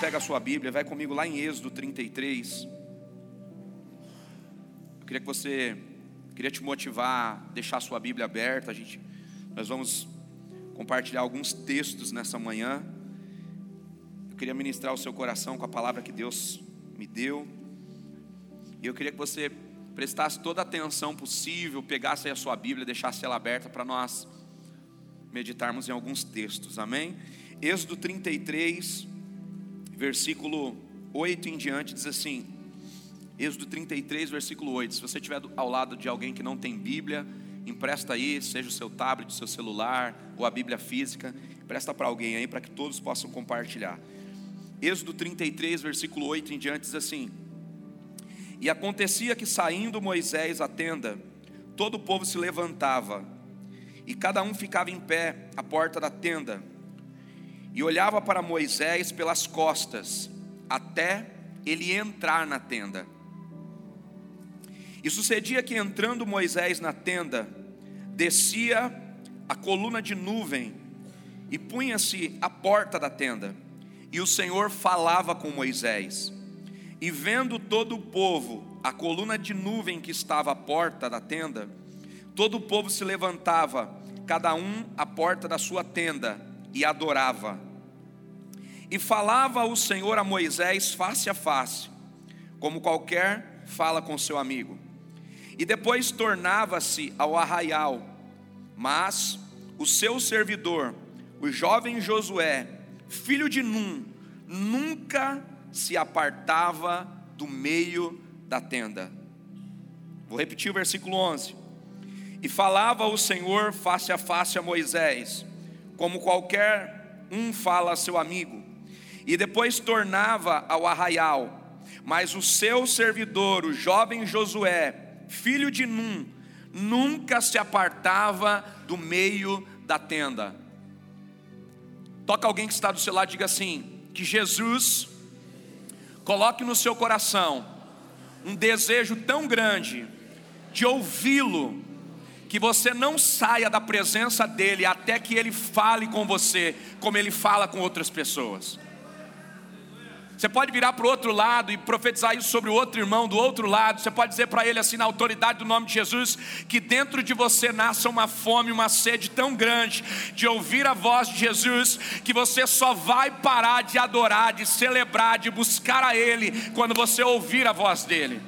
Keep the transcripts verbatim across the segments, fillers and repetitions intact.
pega a sua Bíblia, vai comigo lá em Êxodo trinta e três. Eu queria que você, queria te motivar a deixar a sua Bíblia aberta. A gente, nós vamos compartilhar alguns textos nessa manhã. Eu queria ministrar o seu coração com a palavra que Deus me deu. E eu queria que você prestasse toda a atenção possível, pegasse aí a sua Bíblia, deixasse ela aberta para nós meditarmos em alguns textos, amém? Êxodo trinta e três, versículo oito em diante, diz assim, Êxodo trinta e três, versículo oito, se você estiver ao lado de alguém que não tem Bíblia, empresta aí, seja o seu tablet, o seu celular, ou a Bíblia física, empresta para alguém aí, para que todos possam compartilhar. Êxodo trinta e três, versículo oito em diante, diz assim: E acontecia que, saindo Moisés à tenda, todo o povo se levantava, e cada um ficava em pé à porta da tenda, e olhava para Moisés pelas costas, até ele entrar na tenda. E sucedia que, entrando Moisés na tenda, descia a coluna de nuvem, e punha-se à porta da tenda, e o Senhor falava com Moisés. E vendo todo o povo a coluna de nuvem que estava à porta da tenda, todo o povo se levantava, cada um à porta da sua tenda, e adorava. E falava o Senhor a Moisés face a face, como qualquer fala com seu amigo. E depois tornava-se ao arraial. Mas o seu servidor, o jovem Josué, filho de Num, nunca se apartava do meio da tenda. Vou repetir o versículo onze. E falava o Senhor face a face a Moisés, como qualquer um fala a seu amigo. E depois tornava ao arraial. Mas o seu servidor, o jovem Josué, filho de Num, nunca se apartava do meio da tenda. Toca alguém que está do seu lado e diga assim: que Jesus coloque no seu coração um desejo tão grande de ouvi-lo, que você não saia da presença dele até que ele fale com você como ele fala com outras pessoas. Você pode virar para o outro lado e profetizar isso sobre o outro irmão do outro lado. Você pode dizer para ele assim, na autoridade do nome de Jesus, que dentro de você nasça uma fome, uma sede tão grande de ouvir a voz de Jesus, que você só vai parar de adorar, de celebrar, de buscar a Ele, quando você ouvir a voz dEle.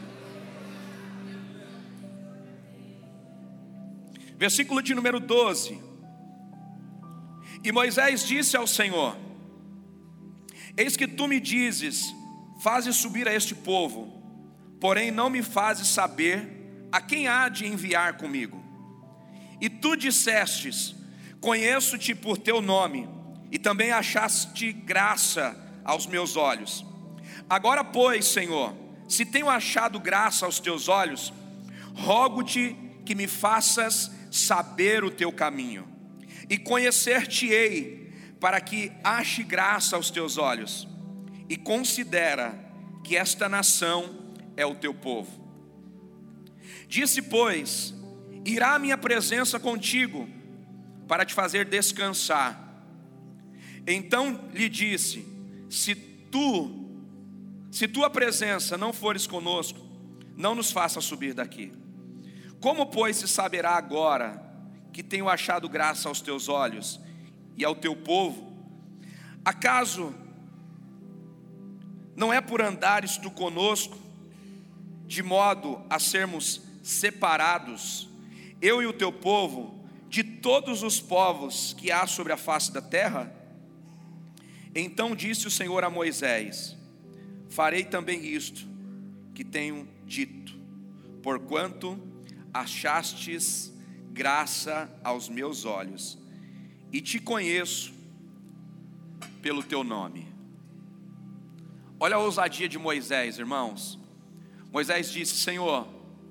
Versículo de número doze. E Moisés disse ao Senhor: Eis que tu me dizes, fazes subir a este povo, porém não me fazes saber a quem há de enviar comigo. E tu dissestes, conheço-te por teu nome, e também achaste graça aos meus olhos. Agora, pois, Senhor, se tenho achado graça aos teus olhos, rogo-te que me faças saber o teu caminho, e conhecer-te-ei, para que ache graça aos teus olhos, e considera que esta nação é o teu povo. Disse, pois, irá a minha presença contigo, para te fazer descansar. Então lhe disse, se tu, se tua presença não fores conosco, não nos faça subir daqui. Como, pois, se saberá agora que tenho achado graça aos teus olhos e ao teu povo? Acaso não é por andares tu conosco, de modo a sermos separados, eu e o teu povo, de todos os povos que há sobre a face da terra? Então disse o Senhor a Moisés: farei também isto que tenho dito, porquanto achastes graça aos meus olhos, e te conheço pelo teu nome. Olha a ousadia de Moisés, irmãos. Moisés disse: Senhor,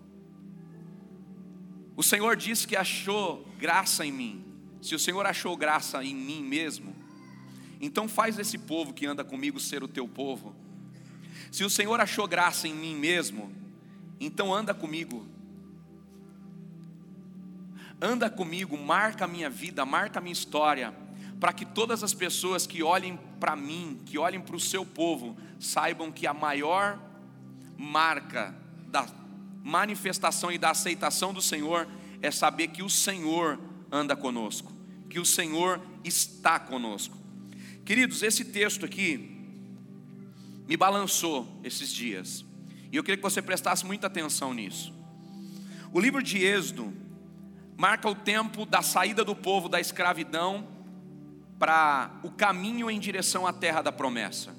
o Senhor disse que achou graça em mim. Se o Senhor achou graça em mim mesmo, então faz esse povo que anda comigo ser o teu povo. Se o Senhor achou graça em mim mesmo, então anda comigo. Anda comigo, marca a minha vida, marca a minha história, para que todas as pessoas que olhem para mim, que olhem para o seu povo, saibam que a maior marca da manifestação e da aceitação do Senhor é saber que o Senhor anda conosco, que o Senhor está conosco. Queridos, esse texto aqui me balançou esses dias, e eu queria que você prestasse muita atenção nisso. O livro de Êxodo marca o tempo da saída do povo da escravidão para o caminho em direção à terra da promessa.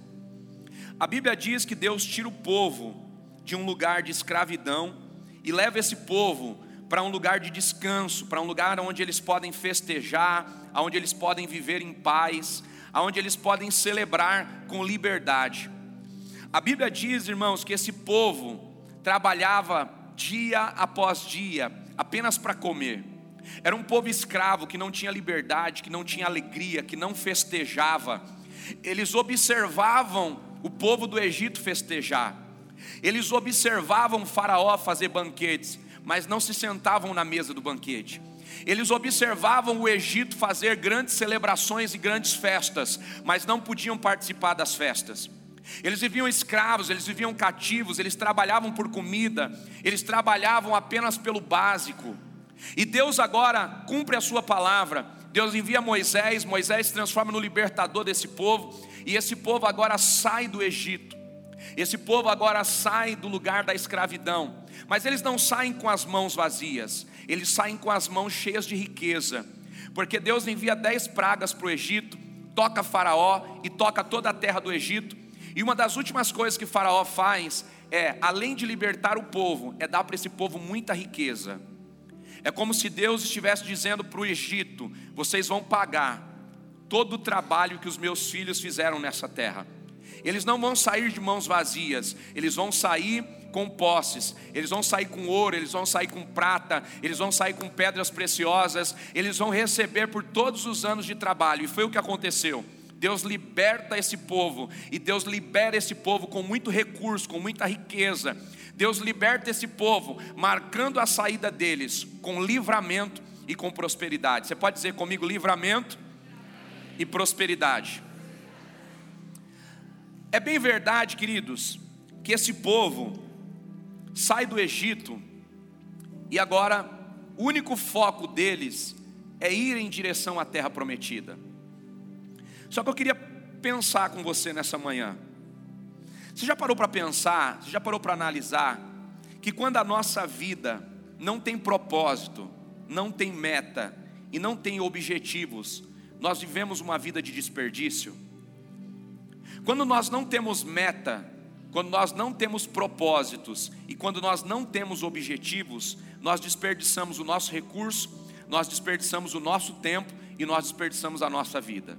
A Bíblia diz que Deus tira o povo de um lugar de escravidão e leva esse povo para um lugar de descanso, para um lugar onde eles podem festejar, onde eles podem viver em paz, onde eles podem celebrar com liberdade. A Bíblia diz, irmãos, que esse povo trabalhava dia após dia apenas para comer. Era um povo escravo que não tinha liberdade, que não tinha alegria, que não festejava. Eles observavam o povo do Egito festejar. Eles observavam o faraó fazer banquetes, mas não se sentavam na mesa do banquete. Eles observavam o Egito fazer grandes celebrações e grandes festas, mas não podiam participar das festas. Eles viviam escravos, eles viviam cativos, eles trabalhavam por comida, eles trabalhavam apenas pelo básico. E Deus agora cumpre a sua palavra. Deus envia Moisés, Moisés se transforma no libertador desse povo, e esse povo agora sai do Egito. Esse povo agora sai do lugar da escravidão, mas eles não saem com as mãos vazias, eles saem com as mãos cheias de riqueza, porque Deus envia dez pragas para o Egito, toca Faraó e toca toda a terra do Egito. E uma das últimas coisas que Faraó faz é, além de libertar o povo, é dar para esse povo muita riqueza. É como se Deus estivesse dizendo para o Egito: vocês vão pagar todo o trabalho que os meus filhos fizeram nessa terra. Eles não vão sair de mãos vazias, eles vão sair com posses, eles vão sair com ouro, eles vão sair com prata, eles vão sair com pedras preciosas, eles vão receber por todos os anos de trabalho. E foi o que aconteceu. Deus liberta esse povo, e Deus libera esse povo com muito recurso, com muita riqueza. Deus liberta esse povo, marcando a saída deles com livramento e com prosperidade. Você pode dizer comigo: livramento e prosperidade. É bem verdade, queridos, que esse povo sai do Egito e agora o único foco deles é ir em direção à terra prometida. Só que eu queria pensar com você nessa manhã. Você já parou para pensar, você já parou para analisar que quando a nossa vida não tem propósito, não tem meta e não tem objetivos, nós vivemos uma vida de desperdício? Quando nós não temos meta, quando nós não temos propósitos e quando nós não temos objetivos, nós desperdiçamos o nosso recurso, nós desperdiçamos o nosso tempo e nós desperdiçamos a nossa vida.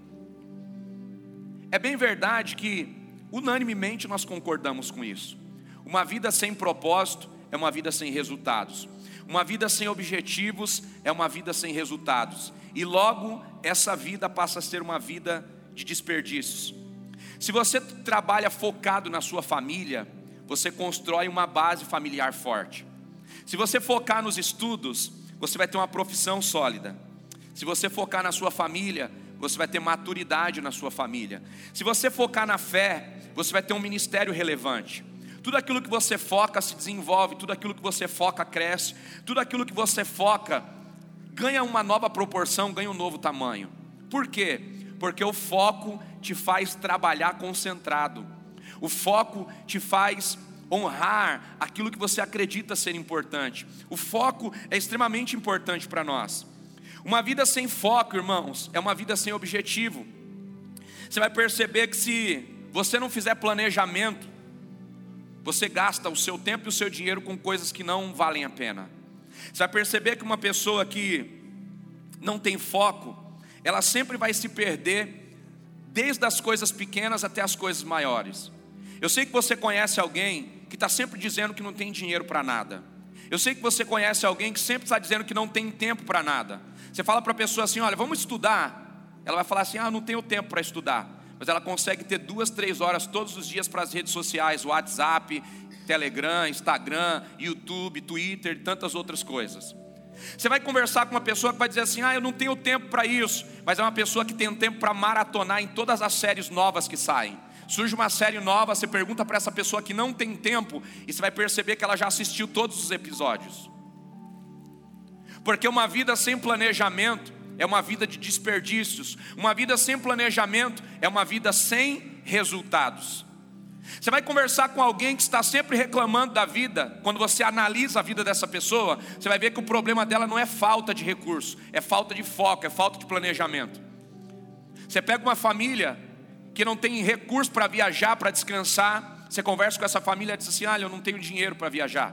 É bem verdade que unanimemente nós concordamos com isso. Uma vida sem propósito é uma vida sem resultados. Uma vida sem objetivos é uma vida sem resultados. E logo essa vida passa a ser uma vida de desperdícios. Se você trabalha focado na sua família, você constrói uma base familiar forte. Se você focar nos estudos, você vai ter uma profissão sólida. Se você focar na sua família, você vai ter maturidade na sua família. Se você focar na fé, você vai ter um ministério relevante. Tudo aquilo que você foca se desenvolve, tudo aquilo que você foca cresce, tudo aquilo que você foca ganha uma nova proporção, ganha um novo tamanho. Por quê? Porque o foco te faz trabalhar concentrado. O foco te faz honrar aquilo que você acredita ser importante. O foco é extremamente importante para nós. Uma vida sem foco, irmãos, é uma vida sem objetivo. Você vai perceber que se você não fizer planejamento, você gasta o seu tempo e o seu dinheiro com coisas que não valem a pena. Você vai perceber que uma pessoa que não tem foco, ela sempre vai se perder, desde as coisas pequenas até as coisas maiores. Eu sei que você conhece alguém que está sempre dizendo que não tem dinheiro para nada. Eu sei que você conhece alguém que sempre está dizendo que não tem tempo para nada. Você fala para a pessoa assim: olha, vamos estudar. Ela vai falar assim: ah, não tenho tempo para estudar. Mas ela consegue ter duas, três horas todos os dias para as redes sociais, WhatsApp, Telegram, Instagram, YouTube, Twitter e tantas outras coisas. Você vai conversar com uma pessoa que vai dizer assim: ah, eu não tenho tempo para isso. Mas é uma pessoa que tem um tempo para maratonar em todas as séries novas que saem. Surge uma série nova, você pergunta para essa pessoa que não tem tempo, e você vai perceber que ela já assistiu todos os episódios. Porque uma vida sem planejamento é uma vida de desperdícios. Uma vida sem planejamento é uma vida sem resultados. Você vai conversar com alguém que está sempre reclamando da vida. Quando você analisa a vida dessa pessoa, você vai ver que o problema dela não é falta de recurso, é falta de foco, é falta de planejamento. Você pega uma família que não tem recurso para viajar, para descansar. Você conversa com essa família e diz assim: ah, eu não tenho dinheiro para viajar.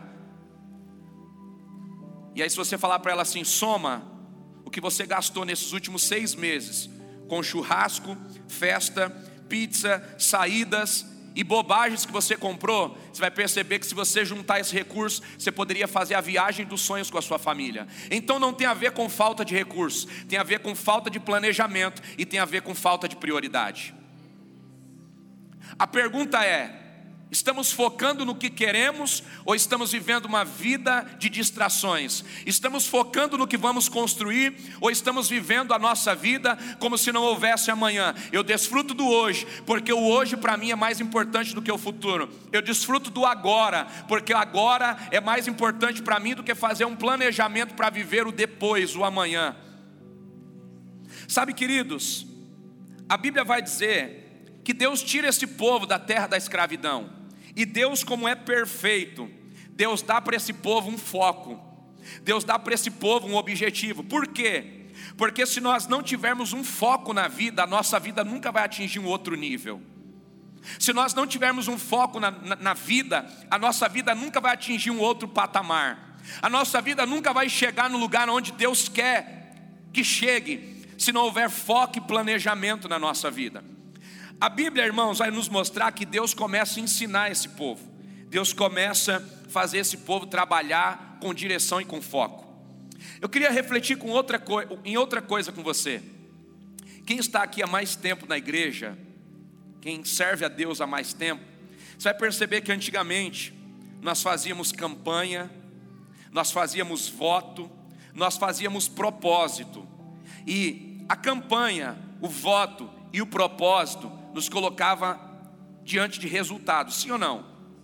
E aí se você falar para ela assim: soma o que você gastou nesses últimos seis meses com churrasco, festa, pizza, saídas e bobagens que você comprou, você vai perceber que se você juntar esse recurso, você poderia fazer a viagem dos sonhos com a sua família. Então não tem a ver com falta de recursos, tem a ver com falta de planejamento e tem a ver com falta de prioridade. A pergunta é: estamos focando no que queremos ou estamos vivendo uma vida de distrações? Estamos focando no que vamos construir ou estamos vivendo a nossa vida como se não houvesse amanhã? Eu desfruto do hoje, porque o hoje para mim é mais importante do que o futuro. Eu desfruto do agora, porque agora é mais importante para mim do que fazer um planejamento para viver o depois, o amanhã. Sabe, queridos, a Bíblia vai dizer que Deus tira esse povo da terra da escravidão. E Deus, como é perfeito, Deus dá para esse povo um foco. Deus dá para esse povo um objetivo. Por quê? Porque se nós não tivermos um foco na vida, a nossa vida nunca vai atingir um outro nível. Se nós não tivermos um foco na, na, na vida, a nossa vida nunca vai atingir um outro patamar. A nossa vida nunca vai chegar no lugar onde Deus quer que chegue, se não houver foco e planejamento na nossa vida. A Bíblia, irmãos, vai nos mostrar que Deus começa a ensinar esse povo. Deus começa a fazer esse povo trabalhar com direção e com foco. Eu queria refletir com outra co- em outra coisa com você. Quem está aqui há mais tempo na igreja, quem serve a Deus há mais tempo, você vai perceber que antigamente nós fazíamos campanha, nós fazíamos voto, nós fazíamos propósito. E a campanha, o voto e o propósito nos colocava diante de resultados, sim ou não?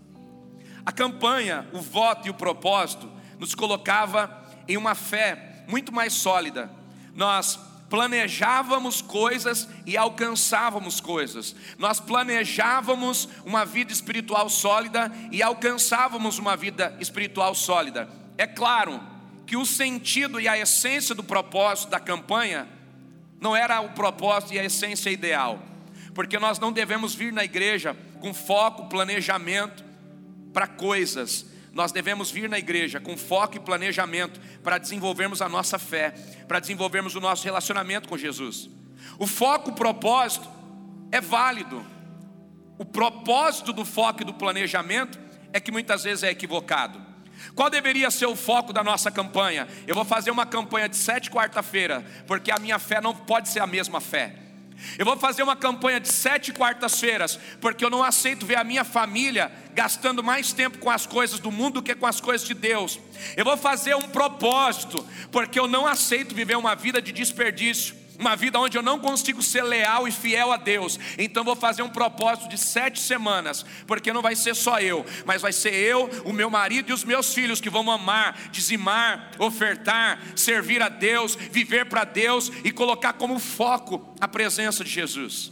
A campanha, o voto e o propósito nos colocava em uma fé muito mais sólida. Nós planejávamos coisas e alcançávamos coisas. Nós planejávamos uma vida espiritual sólida e alcançávamos uma vida espiritual sólida. É claro que o sentido e a essência do propósito da campanha não era o propósito e a essência ideal, porque nós não devemos vir na igreja com foco, planejamento para coisas. Nós devemos vir na igreja com foco e planejamento para desenvolvermos a nossa fé, para desenvolvermos o nosso relacionamento com Jesus. O foco, o propósito é válido. O propósito do foco e do planejamento é que muitas vezes é equivocado. Qual deveria ser o foco da nossa campanha? Eu vou fazer uma campanha de sete quarta-feira, porque a minha fé não pode ser a mesma fé. Eu vou fazer uma campanha de sete quartas-feiras, porque eu não aceito ver a minha família gastando mais tempo com as coisas do mundo do que com as coisas de Deus. Eu vou fazer um propósito, porque eu não aceito viver uma vida de desperdício, uma vida onde eu não consigo ser leal e fiel a Deus. Então vou fazer um propósito de sete semanas, porque não vai ser só eu, mas vai ser eu, o meu marido e os meus filhos que vão amar, dizimar, ofertar, servir a Deus, viver para Deus e colocar como foco a presença de Jesus.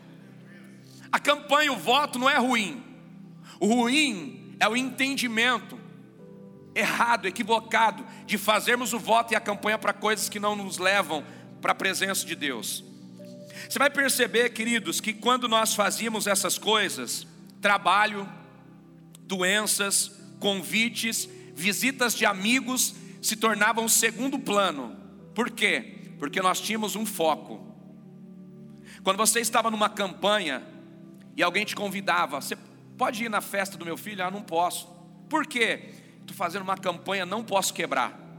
A campanha, o voto não é ruim. O ruim é o entendimento errado, equivocado de fazermos o voto e a campanha para coisas que não nos levam para a presença de Deus. Você vai perceber, queridos, que quando nós fazíamos essas coisas, trabalho, doenças, convites, visitas de amigos se tornavam segundo plano. Por quê? Porque nós tínhamos um foco. Quando você estava numa campanha e alguém te convidava: você pode ir na festa do meu filho? Ah, não posso. Por quê? Estou fazendo uma campanha, não posso quebrar.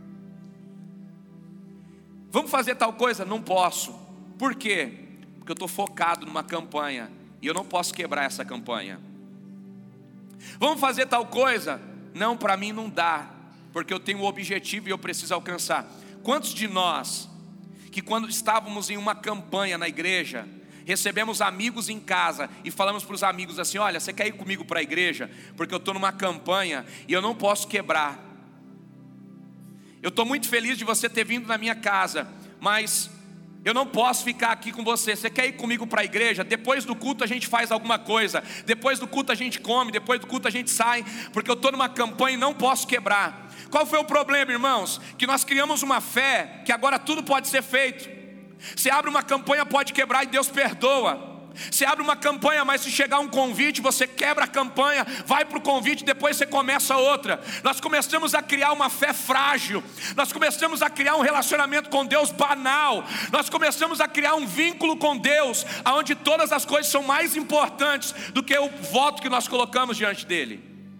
Vamos fazer tal coisa? Não posso. Por quê? Porque eu estou focado numa campanha e eu não posso quebrar essa campanha. Vamos fazer tal coisa? Não, para mim não dá. porque eu tenho um objetivo e eu preciso alcançar. Quantos de nós, que quando estávamos em uma campanha na igreja, recebemos amigos em casa e falamos para os amigos assim: olha, você quer ir comigo para a igreja? Porque eu estou numa campanha e eu não posso quebrar. Eu estou muito feliz de você ter vindo na minha casa, mas eu não posso ficar aqui com você. Você quer ir comigo para a igreja? Depois do culto a gente faz alguma coisa. Depois do culto a gente come. Depois do culto a gente sai. Porque eu estou numa campanha e não posso quebrar. Qual foi o problema, irmãos? Que nós criamos uma fé que agora tudo pode ser feito. Você abre uma campanha, pode quebrar e Deus perdoa. Você abre uma campanha, mas se chegar um convite, você quebra a campanha, vai para o convite, depois você começa outra. Nós começamos a criar uma fé frágil. Nós começamos a criar um relacionamento com Deus banal. Nós começamos a criar um vínculo com Deus, onde todas as coisas são mais importantes do que o voto que nós colocamos diante dele.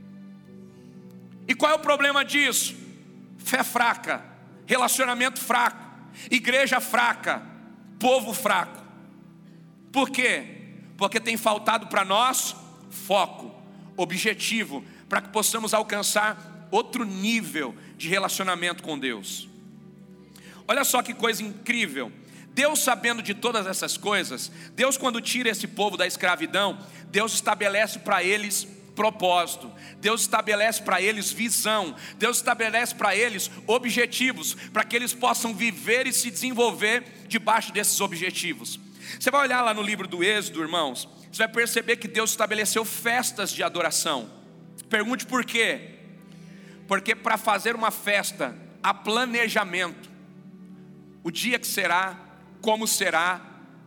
E qual é o problema disso? Fé fraca, relacionamento fraco, igreja fraca, povo fraco. Por quê? Porque tem faltado para nós foco, objetivo, para que possamos alcançar outro nível de relacionamento com Deus. Olha só que coisa incrível. Deus, sabendo de todas essas coisas, Deus, quando tira esse povo da escravidão, Deus estabelece para eles propósito, Deus estabelece para eles visão, Deus estabelece para eles objetivos, para que eles possam viver e se desenvolver debaixo desses objetivos. Você vai olhar lá no livro do Êxodo, irmãos, você vai perceber que Deus estabeleceu festas de adoração. Pergunte por quê? Porque para fazer uma festa, há planejamento. O dia que será, como será,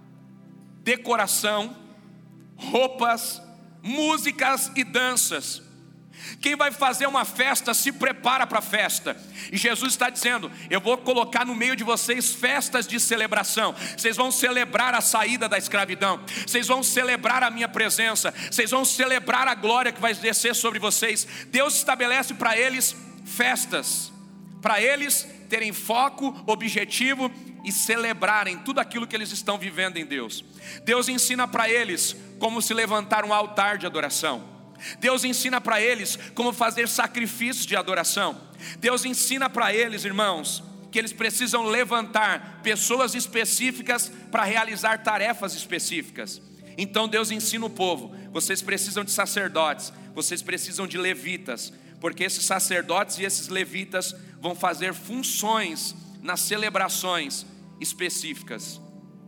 decoração, roupas, músicas e danças. Quem vai fazer uma festa se prepara para a festa. E Jesus está dizendo: eu vou colocar no meio de vocês festas de celebração. Vocês vão celebrar a saída da escravidão. Vocês vão celebrar a minha presença. Vocês vão celebrar a glória que vai descer sobre vocês. Deus estabelece para eles festas, para eles terem foco, objetivo e celebrarem tudo aquilo que eles estão vivendo em Deus. Deus ensina para eles como se levantar um altar de adoração. Deus ensina para eles como fazer sacrifícios de adoração. Deus ensina para eles, irmãos, que eles precisam levantar pessoas específicas para realizar tarefas específicas. Então Deus ensina o povo: vocês precisam de sacerdotes, vocês precisam de levitas, porque esses sacerdotes e esses levitas vão fazer funções nas celebrações específicas.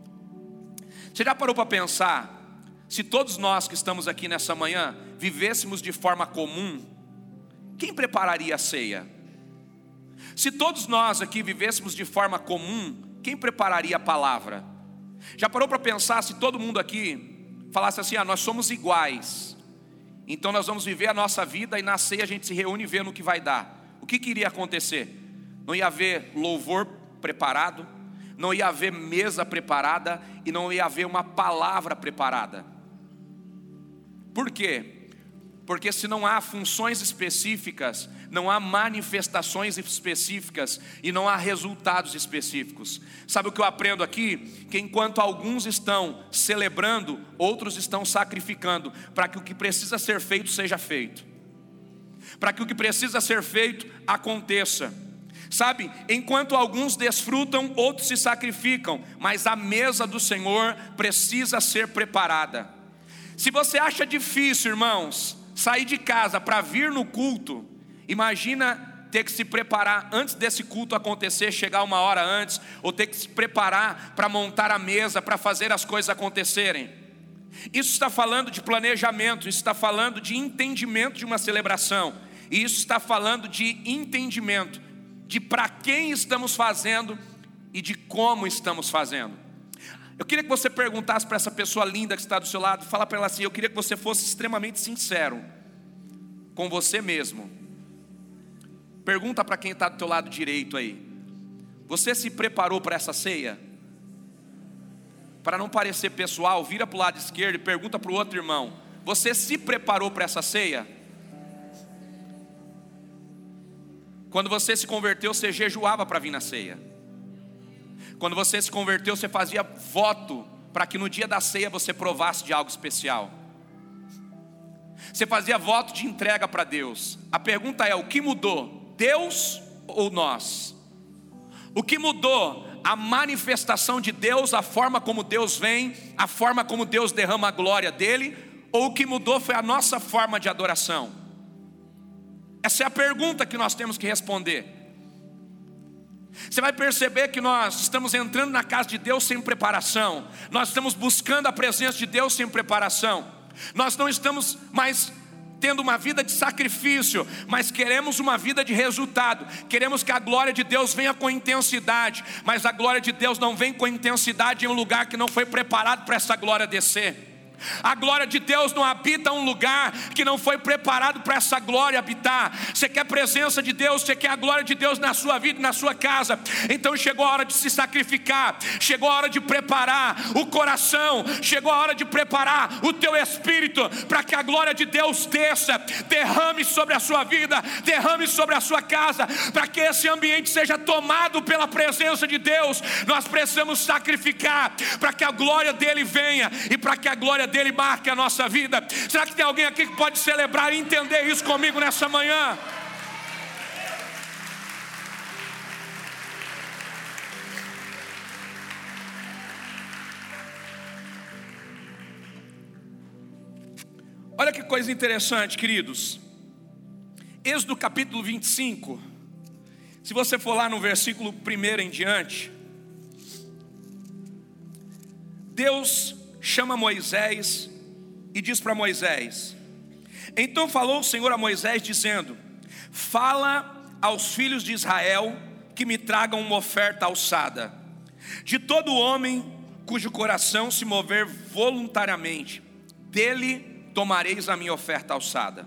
Você já parou para pensar? Se todos nós que estamos aqui nessa manhã vivêssemos de forma comum, quem prepararia a ceia? Se todos nós aqui vivêssemos de forma comum, quem prepararia a palavra? Já parou para pensar, se todo mundo aqui falasse assim: ah, nós somos iguais, então nós vamos viver a nossa vida e na ceia a gente se reúne e vê no que vai dar. O que, que iria acontecer? Não ia haver louvor preparado, não ia haver mesa preparada e não ia haver uma palavra preparada. Por quê? Porque se não há funções específicas, não há manifestações específicas e não há resultados específicos. Sabe o que eu aprendo aqui? Que enquanto alguns estão celebrando, outros estão sacrificando, para que o que precisa ser feito seja feito, para que o que precisa ser feito aconteça. Sabe, enquanto alguns desfrutam, outros se sacrificam, mas a mesa do Senhor precisa ser preparada. Se você acha difícil, irmãos, sair de casa para vir no culto, imagina ter que se preparar antes desse culto acontecer, chegar uma hora antes, ou ter que se preparar para montar a mesa, para fazer as coisas acontecerem. Isso está falando de planejamento, isso está falando de entendimento de uma celebração, e isso está falando de entendimento de para quem estamos fazendo e de como estamos fazendo. Eu queria que você perguntasse para essa pessoa linda que está do seu lado, fala para ela assim: eu queria que você fosse extremamente sincero com você mesmo. Pergunta para quem está do teu lado direito aí: você se preparou para essa ceia? Para não parecer pessoal, vira para o lado esquerdo e pergunta para o outro irmão: você se preparou para essa ceia? Quando você se converteu, você jejuava para vir na ceia. Quando você se converteu, você fazia voto para que no dia da ceia você provasse de algo especial. Você fazia voto de entrega para Deus. A pergunta é: o que mudou Deus ou nós? O que mudou? A manifestação de Deus, a forma como Deus vem, a forma como Deus derrama a glória dele, ou o que mudou foi a nossa forma de adoração? Essa é a pergunta que nós temos que responder. Você vai perceber que nós estamos entrando na casa de Deus sem preparação, nós estamos buscando a presença de Deus sem preparação, nós não estamos mais tendo uma vida de sacrifício, mas queremos uma vida de resultado. Queremos que a glória de Deus venha com intensidade, mas a glória de Deus não vem com intensidade em um lugar que não foi preparado para essa glória descer. A glória de Deus não habita um lugar que não foi preparado para essa glória habitar. Você quer a presença de Deus, você quer a glória de Deus na sua vida e na sua casa. Então chegou a hora de se sacrificar, chegou a hora de preparar o coração, chegou a hora de preparar o teu espírito, para que a glória de Deus desça, derrame sobre a sua vida, derrame sobre a sua casa, para que esse ambiente seja tomado pela presença de Deus. Nós precisamos sacrificar, para que a glória dele venha, e para que a glória dele marque a nossa vida. Será que tem alguém aqui que pode celebrar e entender isso comigo nessa manhã? Olha que coisa interessante, queridos. Êxodo capítulo vinte e cinco, se você for lá no versículo primeiro em diante, Deus chama Moisés e diz para Moisés: então falou o Senhor a Moisés dizendo: fala aos filhos de Israel que me tragam uma oferta alçada, de todo homem cujo coração se mover voluntariamente, dele tomareis a minha oferta alçada.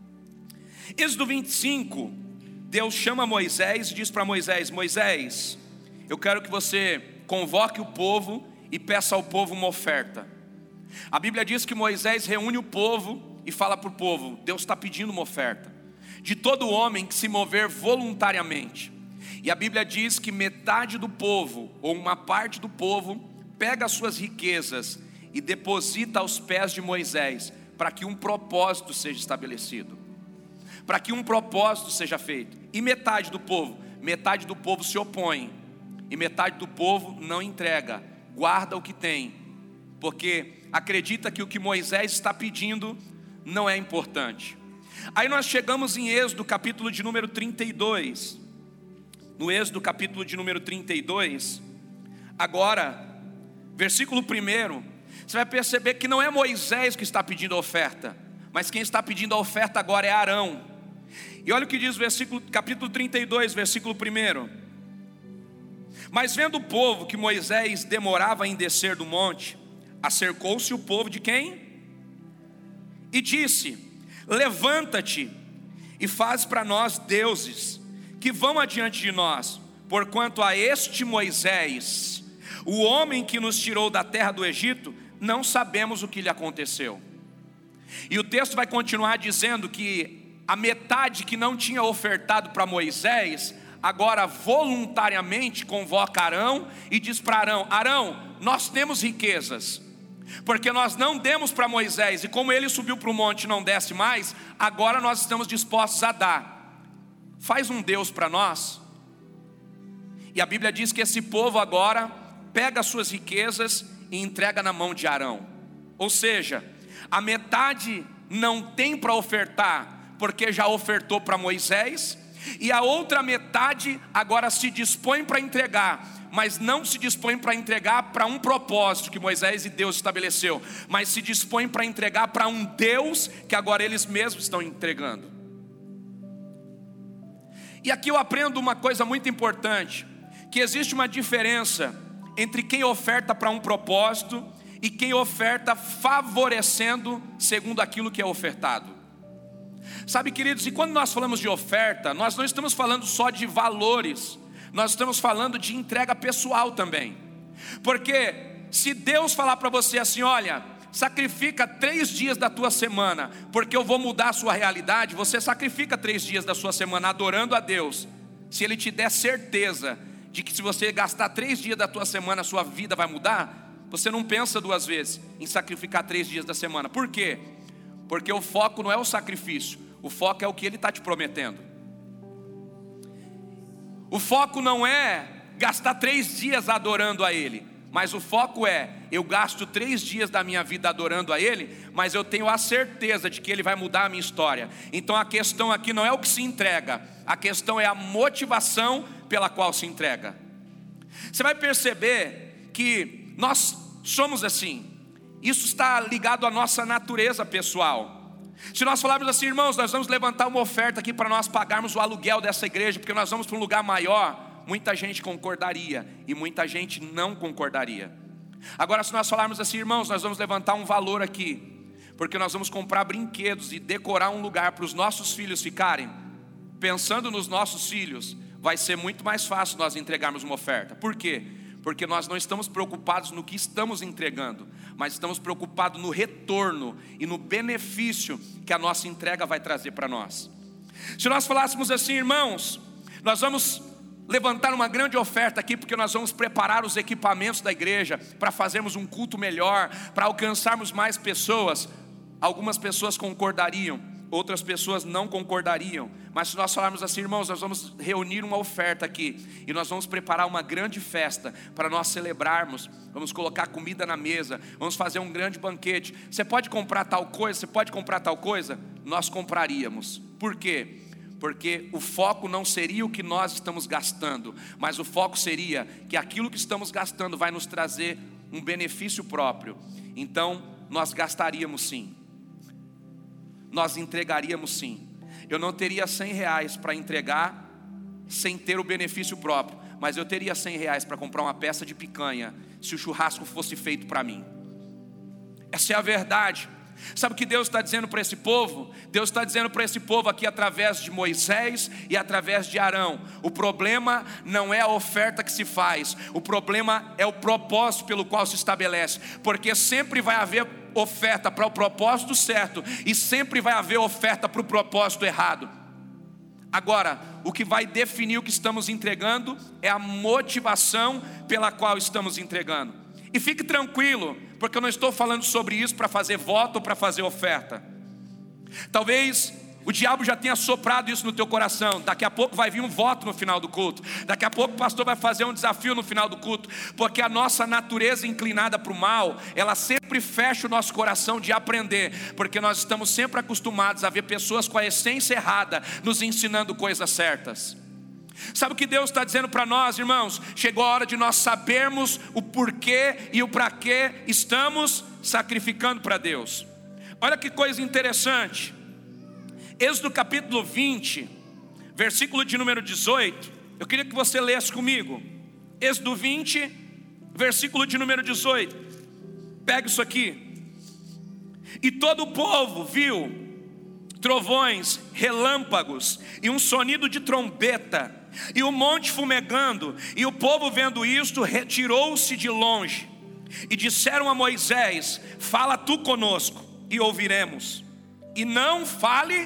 Êxodo vinte e cinco, Deus chama Moisés e diz para Moisés: Moisés, eu quero que você convoque o povo e peça ao povo uma oferta. A Bíblia diz que Moisés reúne o povo e fala para o povo: Deus está pedindo uma oferta de todo homem que se mover voluntariamente. E a Bíblia diz que metade do povo, ou uma parte do povo, pega as suas riquezas e deposita aos pés de Moisés, para que um propósito seja estabelecido, para que um propósito seja feito. E metade do povo, metade do povo se opõe, e metade do povo não entrega, guarda o que tem, porque acredita que o que Moisés está pedindo não é importante. Aí nós chegamos em Êxodo capítulo de número trinta e dois. No Êxodo capítulo de número trinta e dois, agora, versículo primeiro, você vai perceber que não é Moisés que está pedindo a oferta, mas quem está pedindo a oferta agora é Arão. E olha o que diz o versículo, capítulo trinta e dois, versículo primeiro. Mas vendo o povo que Moisés demorava em descer do monte, acercou-se o povo de quem? E disse: levanta-te e faz para nós deuses que vão adiante de nós, porquanto a este Moisés, o homem que nos tirou da terra do Egito, não sabemos o que lhe aconteceu. E o texto vai continuar dizendo que a metade que não tinha ofertado para Moisés, agora voluntariamente convoca Arão e diz para Arão: Arão, nós temos riquezas, porque nós não demos para Moisés, e como ele subiu para o monte e não desce mais, agora nós estamos dispostos a dar. Faz um Deus para nós. E a Bíblia diz que esse povo agora pega as suas riquezas e entrega na mão de Arão. Ou seja, a metade não tem para ofertar, porque já ofertou para Moisés, e a outra metade agora se dispõe para entregar, mas não se dispõe para entregar para um propósito que Moisés e Deus estabeleceu, mas se dispõe para entregar para um Deus que agora eles mesmos estão entregando. E aqui eu aprendo uma coisa muito importante, que existe uma diferença entre quem oferta para um propósito e quem oferta favorecendo segundo aquilo que é ofertado. Sabe, queridos, e quando nós falamos de oferta, nós não estamos falando só de valores, nós estamos falando de entrega pessoal também. Porque se Deus falar para você assim: olha, sacrifica três dias da tua semana, porque eu vou mudar a sua realidade, você sacrifica três dias da sua semana adorando a Deus. Se Ele te der certeza de que se você gastar três dias da tua semana, a sua vida vai mudar, você não pensa duas vezes em sacrificar três dias da semana. Por quê? Porque o foco não é o sacrifício, o foco é o que Ele está te prometendo. O foco não é gastar três dias adorando a Ele, mas o foco é, eu gasto três dias da minha vida adorando a Ele, mas eu tenho a certeza de que Ele vai mudar a minha história. Então a questão aqui não é o que se entrega, a questão é a motivação pela qual se entrega. Você vai perceber que nós somos assim, isso está ligado à nossa natureza pessoal. Se nós falarmos assim, irmãos, nós vamos levantar uma oferta aqui para nós pagarmos o aluguel dessa igreja, porque nós vamos para um lugar maior, muita gente concordaria e muita gente não concordaria. Agora, se nós falarmos assim, irmãos, nós vamos levantar um valor aqui, porque nós vamos comprar brinquedos e decorar um lugar para os nossos filhos ficarem, pensando nos nossos filhos, vai ser muito mais fácil nós entregarmos uma oferta. Por quê? Porque nós não estamos preocupados no que estamos entregando, mas estamos preocupados no retorno e no benefício que a nossa entrega vai trazer para nós. Se nós falássemos assim, irmãos, nós vamos levantar uma grande oferta aqui, porque nós vamos preparar os equipamentos da igreja para fazermos um culto melhor, para alcançarmos mais pessoas. Algumas pessoas concordariam, outras pessoas não concordariam. Mas se nós falarmos assim, irmãos, nós vamos reunir uma oferta aqui e nós vamos preparar uma grande festa para nós celebrarmos, vamos colocar comida na mesa, vamos fazer um grande banquete. Você pode comprar tal coisa, você pode comprar tal coisa? Nós compraríamos. Por quê? Porque o foco não seria o que nós estamos gastando, mas o foco seria que aquilo que estamos gastando vai nos trazer um benefício próprio. Então nós gastaríamos sim, nós entregaríamos sim. Eu não teria cem reais para entregar sem ter o benefício próprio, mas eu teria cem reais para comprar uma peça de picanha se o churrasco fosse feito para mim. Essa é a verdade. Sabe o que Deus está dizendo para esse povo? Deus está dizendo para esse povo aqui através de Moisés e através de Arão: o problema não é a oferta que se faz, o problema é o propósito pelo qual se estabelece, porque sempre vai haver oferta para o propósito certo e sempre vai haver oferta para o propósito errado. Agora, o que vai definir o que estamos entregando é a motivação pela qual estamos entregando. E fique tranquilo, porque eu não estou falando sobre isso para fazer voto ou para fazer oferta. Talvez o diabo já tenha soprado isso no teu coração. Daqui a pouco vai vir um voto no final do culto. Daqui a pouco o pastor vai fazer um desafio no final do culto. Porque a nossa natureza inclinada para o mal, ela sempre fecha o nosso coração de aprender. Porque nós estamos sempre acostumados a ver pessoas com a essência errada nos ensinando coisas certas. Sabe o que Deus está dizendo para nós, irmãos? Chegou a hora de nós sabermos o porquê e o para que estamos sacrificando para Deus. Olha que coisa interessante. Êxodo capítulo vinte, versículo de número dezoito. Eu queria que você lesse comigo. Êxodo vinte, versículo de número dezoito. Pega isso aqui. E todo o povo viu trovões, relâmpagos e um sonido de trombeta, e o monte fumegando, e o povo vendo isto retirou-se de longe, e disseram a Moisés: fala tu conosco e ouviremos, e não fale.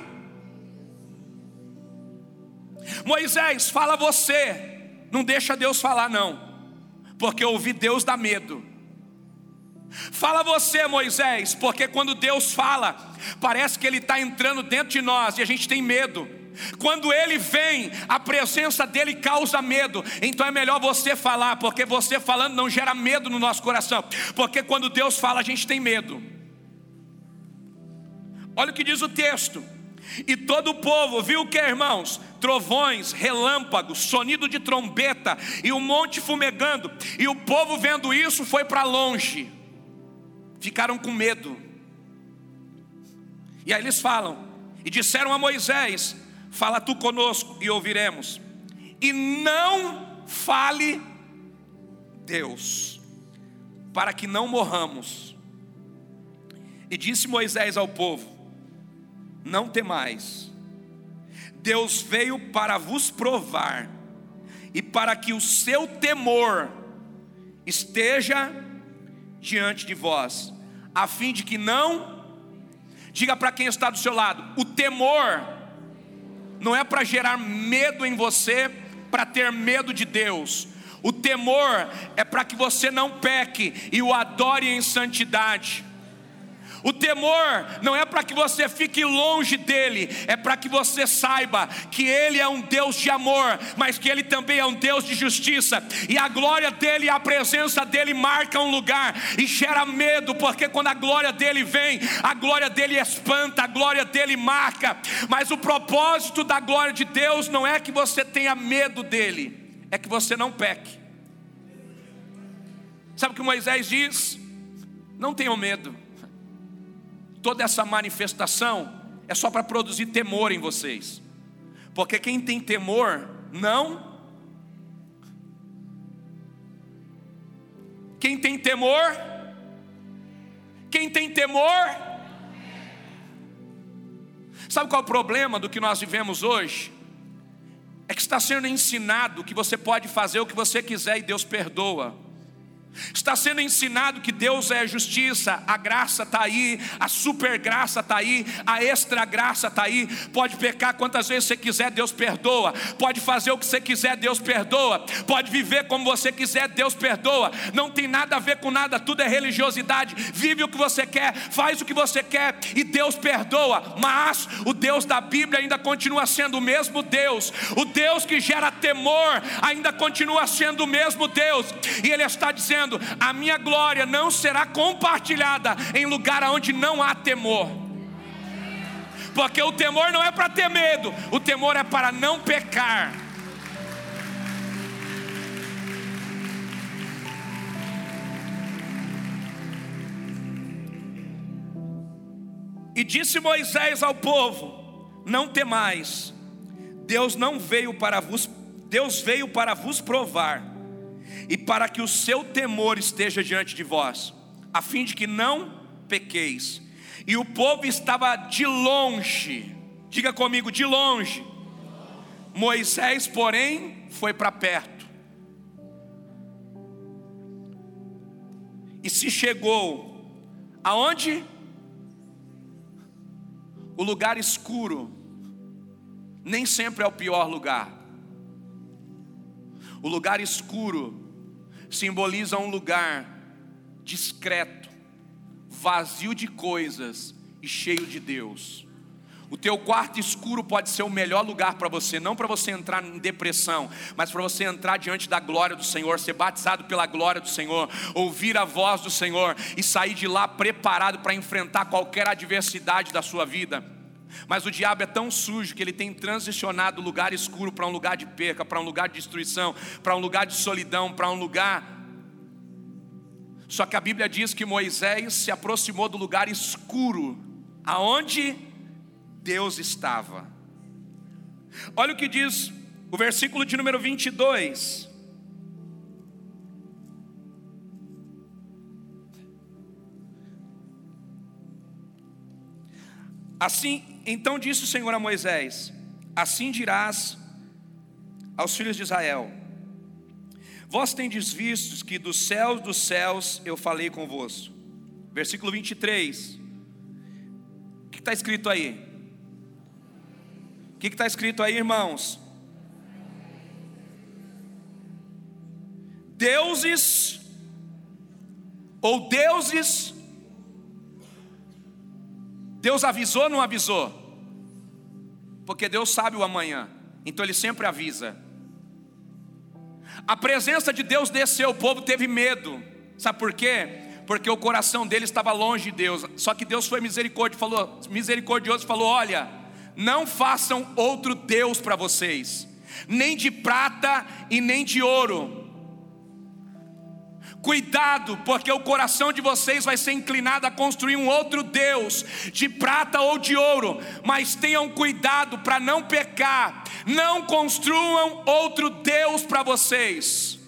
Moisés, fala você, não deixa Deus falar não, porque ouvir Deus dá medo. Fala você, Moisés, porque quando Deus fala, parece que Ele está entrando dentro de nós e a gente tem medo. Quando Ele vem, a presença dEle causa medo. Então é melhor você falar, porque você falando não gera medo no nosso coração. Porque quando Deus fala, a gente tem medo. Olha o que diz o texto. E todo o povo viu o que, irmãos? Trovões, relâmpagos, sonido de trombeta e o monte fumegando. E o povo vendo isso foi para longe. Ficaram com medo. E aí eles falam, e disseram a Moisés: fala tu conosco e ouviremos, e não fale Deus, para que não morramos. E disse Moisés ao povo: não temais, Deus veio para vos provar, e para que o seu temor esteja diante de vós, a fim de que não, diga para quem está do seu lado, o temor não é para gerar medo em você, para ter medo de Deus. O temor é para que você não peque e o adore em santidade. O temor não é para que você fique longe dele, é para que você saiba que ele é um Deus de amor, mas que ele também é um Deus de justiça, e a glória dele e a presença dele marcam um lugar e gera medo, porque quando a glória dele vem, a glória dele espanta, a glória dele marca. Mas o propósito da glória de Deus não é que você tenha medo dele, é que você não peque. Sabe o que Moisés diz? Não tenham medo. Toda essa manifestação é só para produzir temor em vocês, porque quem tem temor não, quem tem temor, quem tem temor, sabe qual é o problema do que nós vivemos hoje? É que está sendo ensinado que você pode fazer o que você quiser e Deus perdoa. Está sendo ensinado que Deus é justiça, a graça está aí, a super graça está aí, a extra graça está aí. Pode pecar quantas vezes você quiser, Deus perdoa. Pode fazer o que você quiser, Deus perdoa. Pode viver como você quiser, Deus perdoa. Não tem nada a ver com nada, tudo é religiosidade. Vive o que você quer, faz o que você quer e Deus perdoa. Mas o Deus da Bíblia ainda continua sendo o mesmo Deus. O Deus que gera temor ainda continua sendo o mesmo Deus. E Ele está dizendo: a minha glória não será compartilhada em lugar onde não há temor. Porque o temor não é para ter medo, o temor é para não pecar. E disse Moisés ao povo: não temais, Deus não veio para vos, Deus veio para vos provar, e para que o seu temor esteja diante de vós, a fim de que não pequeis. E o povo estava de longe, diga comigo, de longe. Moisés, porém, foi para perto, e se chegou aonde? O lugar escuro nem sempre é o pior lugar. O lugar escuro simboliza um lugar discreto, vazio de coisas e cheio de Deus. O teu quarto escuro pode ser o melhor lugar para você, não para você entrar em depressão, mas para você entrar diante da glória do Senhor, ser batizado pela glória do Senhor, ouvir a voz do Senhor e sair de lá preparado para enfrentar qualquer adversidade da sua vida. Mas o diabo é tão sujo que ele tem transicionado o lugar escuro para um lugar de perca, para um lugar de destruição, para um lugar de solidão, para um lugar... Só que a Bíblia diz que Moisés se aproximou do lugar escuro, aonde Deus estava. Olha o que diz o versículo de número vinte e dois. Assim, então disse o Senhor a Moisés: assim dirás aos filhos de Israel: vós tendes visto que dos céus dos céus eu falei convosco. Versículo vinte e três. O que está escrito aí? O que está escrito aí, irmãos? Deuses ou deuses. Deus avisou ou não avisou? Porque Deus sabe o amanhã, então Ele sempre avisa. A presença de Deus desceu, o povo teve medo. Sabe por quê? Porque o coração dele estava longe de Deus. Só que Deus foi misericordioso, falou, misericordioso e falou: olha, não façam outro Deus para vocês, nem de prata e nem de ouro. Cuidado, porque o coração de vocês vai ser inclinado a construir um outro Deus, de prata ou de ouro. Mas tenham cuidado para não pecar. Não construam outro Deus para vocês.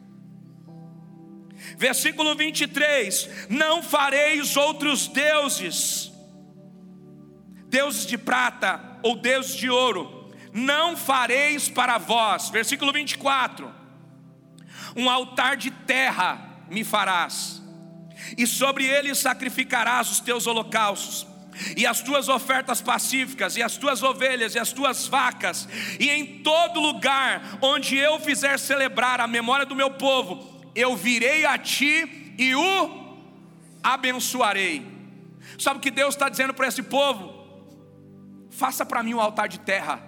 Versículo vinte e três: não fareis outros deuses, deuses de prata ou deuses de ouro, não fareis para vós. Versículo vinte e quatro: um altar de terra me farás, e sobre ele sacrificarás os teus holocaustos, e as tuas ofertas pacíficas, e as tuas ovelhas, e as tuas vacas, e em todo lugar onde eu fizer celebrar a memória do meu povo, eu virei a ti e o abençoarei. Sabe o que Deus está dizendo para esse povo? Faça para mim um altar de terra.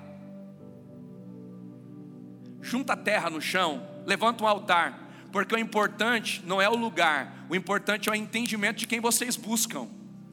Junta a terra no chão, levanta um altar. Porque o importante não é o lugar, o importante é o entendimento de quem vocês buscam.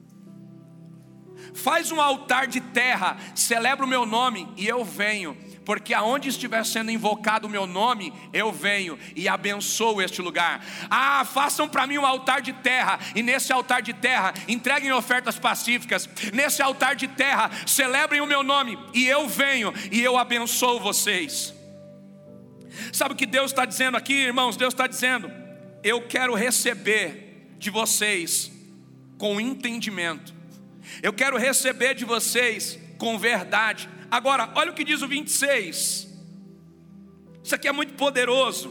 Faz um altar de terra, celebra o meu nome e eu venho. Porque aonde estiver sendo invocado o meu nome, eu venho e abençoo este lugar. Ah, façam para mim um altar de terra, e nesse altar de terra, entreguem ofertas pacíficas. Nesse altar de terra, celebrem o meu nome, e eu venho e eu abençoo vocês. Sabe o que Deus está dizendo aqui, irmãos? Deus está dizendo: eu quero receber de vocês com entendimento. Eu quero receber de vocês com verdade. Agora, olha o que diz o vinte e seis. Isso aqui é muito poderoso.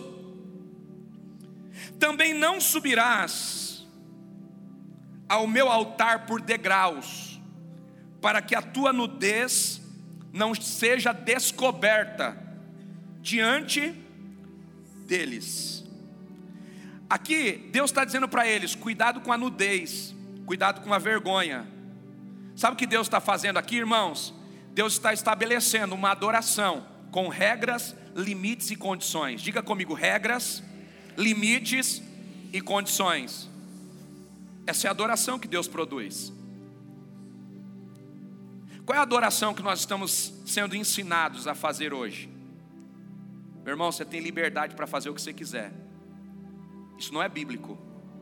Também não subirás ao meu altar por degraus, para que a tua nudez não seja descoberta diante deles. Aqui Deus está dizendo para eles: cuidado com a nudez, cuidado com a vergonha. Sabe o que Deus está fazendo aqui, irmãos? Deus está estabelecendo uma adoração com regras, limites e condições. Diga comigo: regras, limites e condições. Essa é a adoração que Deus produz. Qual é a adoração que nós estamos sendo ensinados a fazer hoje? Meu irmão, você tem liberdade para fazer o que você quiser. Isso não é bíblico.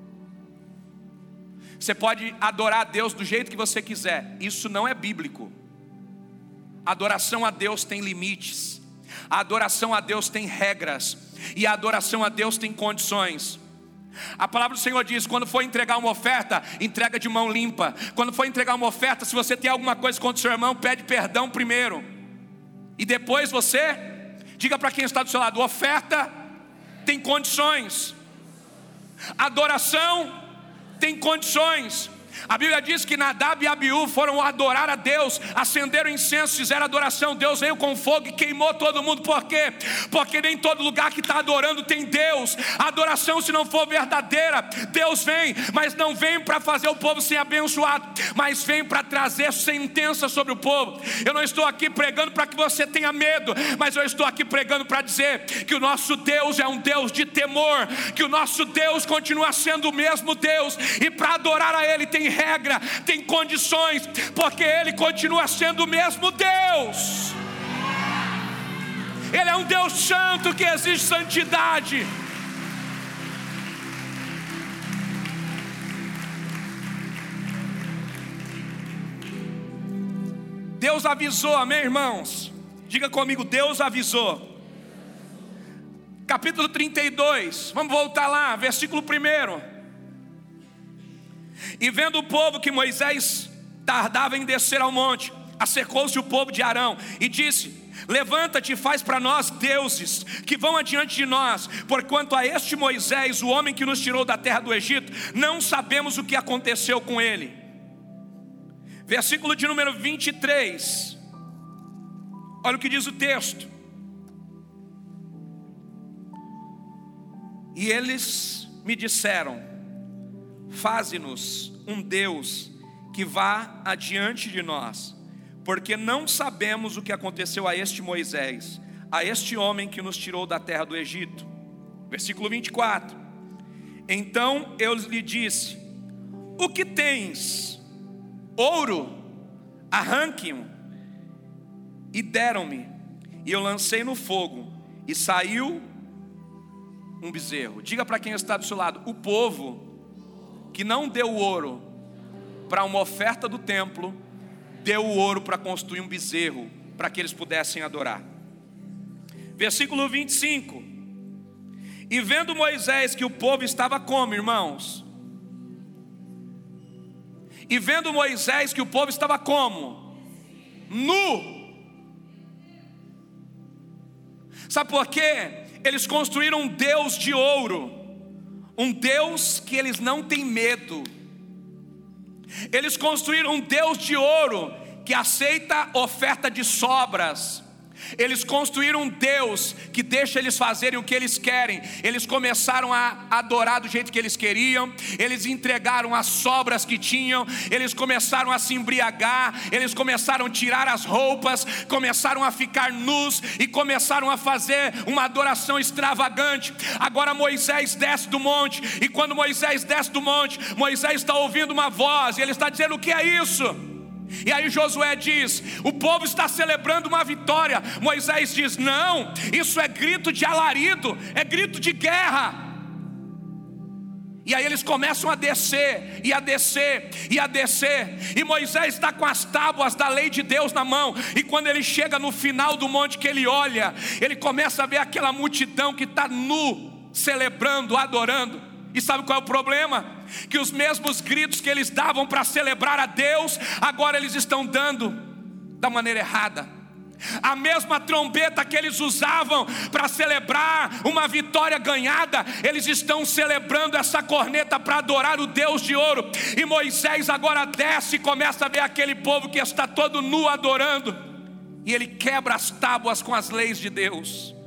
Você pode adorar a Deus do jeito que você quiser. Isso não é bíblico. A adoração a Deus tem limites. A adoração a Deus tem regras. E a adoração a Deus tem condições. A palavra do Senhor diz: quando for entregar uma oferta, entrega de mão limpa. Quando for entregar uma oferta, se você tem alguma coisa contra o seu irmão, pede perdão primeiro. E depois você, diga para quem está do seu lado: oferta tem condições. Adoração tem condições. A Bíblia diz que Nadab e Abiú foram adorar a Deus, acenderam incenso, fizeram adoração. Deus veio com fogo e queimou todo mundo. Por quê? Porque nem todo lugar que está adorando tem Deus. A adoração, se não for verdadeira, Deus vem, mas não vem para fazer o povo ser abençoado, mas vem para trazer sentença sobre o povo. Eu não estou aqui pregando para que você tenha medo, mas eu estou aqui pregando para dizer que o nosso Deus é um Deus de temor, que o nosso Deus continua sendo o mesmo Deus, e para adorar a Ele tem regra, tem condições, porque Ele continua sendo o mesmo Deus. Ele é um Deus santo que exige santidade. Deus avisou, amém, irmãos? Diga comigo: Deus avisou. Capítulo trinta e dois, vamos voltar lá, versículo um. E vendo o povo que Moisés tardava em descer ao monte, acercou-se o povo de Arão e disse: levanta-te e faz para nós deuses que vão adiante de nós, porquanto a este Moisés, o homem que nos tirou da terra do Egito, não sabemos o que aconteceu com ele. Versículo de número vinte e três. Olha o que diz o texto. E eles me disseram: faze-nos um Deus que vá adiante de nós, porque não sabemos o que aconteceu a este Moisés, a este homem que nos tirou da terra do Egito. Versículo vinte e quatro. Então eu lhe disse: o que tens? Ouro? Arranque-o. E deram-me, e eu lancei no fogo, e saiu um bezerro. Diga para quem está do seu lado: o povo que não deu ouro para uma oferta do templo, deu o ouro para construir um bezerro, para que eles pudessem adorar. Versículo vinte e cinco. E vendo Moisés que o povo estava como, irmãos? E vendo Moisés que o povo estava como? Nu. Sabe por quê? Eles construíram um Deus de ouro, um Deus que eles não têm medo. Eles construíram um Deus de ouro que aceita oferta de sobras, Eles construíram um Deus que deixa eles fazerem o que eles querem. Eles começaram a adorar do jeito que eles queriam. Eles entregaram as sobras que tinham. Eles começaram a se embriagar. Eles começaram a tirar as roupas. Começaram a ficar nus. E começaram a fazer uma adoração extravagante. Agora Moisés desce do monte. E quando Moisés desce do monte, Moisés está ouvindo uma voz. E ele está dizendo: o que é isso? E aí Josué diz: o povo está celebrando uma vitória. Moisés diz: não, isso é grito de alarido, é grito de guerra. E aí eles começam a descer, e a descer, e a descer. E Moisés está com as tábuas da lei de Deus na mão. E quando ele chega no final do monte, que ele olha, ele começa a ver aquela multidão que está nu, celebrando, adorando. E sabe qual é o problema? Que os mesmos gritos que eles davam para celebrar a Deus, agora eles estão dando da maneira errada. A mesma trombeta que eles usavam para celebrar uma vitória ganhada, eles estão celebrando essa corneta para adorar o Deus de ouro. E Moisés agora desce e começa a ver aquele povo que está todo nu adorando. E ele quebra as tábuas com as leis de Deus.